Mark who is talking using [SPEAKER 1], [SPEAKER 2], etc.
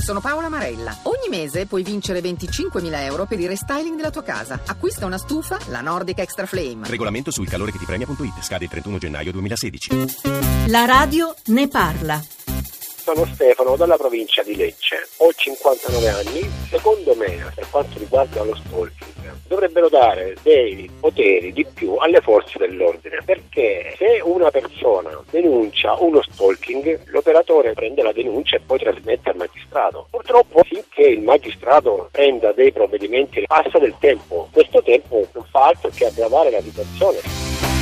[SPEAKER 1] Sono Paola Marella. Ogni mese puoi vincere 25.000 euro per il restyling della tua casa. Acquista una stufa, la Nordic Extra Flame.
[SPEAKER 2] Regolamento sul calore che ti premia.it. Scade il 31 gennaio 2016.
[SPEAKER 3] La radio ne parla.
[SPEAKER 4] Sono Stefano dalla provincia di Lecce, ho 59 anni. Secondo me, per quanto riguarda lo stalking, dovrebbero dare dei poteri di più alle forze dell'ordine, perché se una persona denuncia uno stalking, l'operatore prende la denuncia e poi trasmette al magistrato. Purtroppo, finché il magistrato prenda dei provvedimenti, passa del tempo. Questo tempo non fa altro che aggravare la situazione.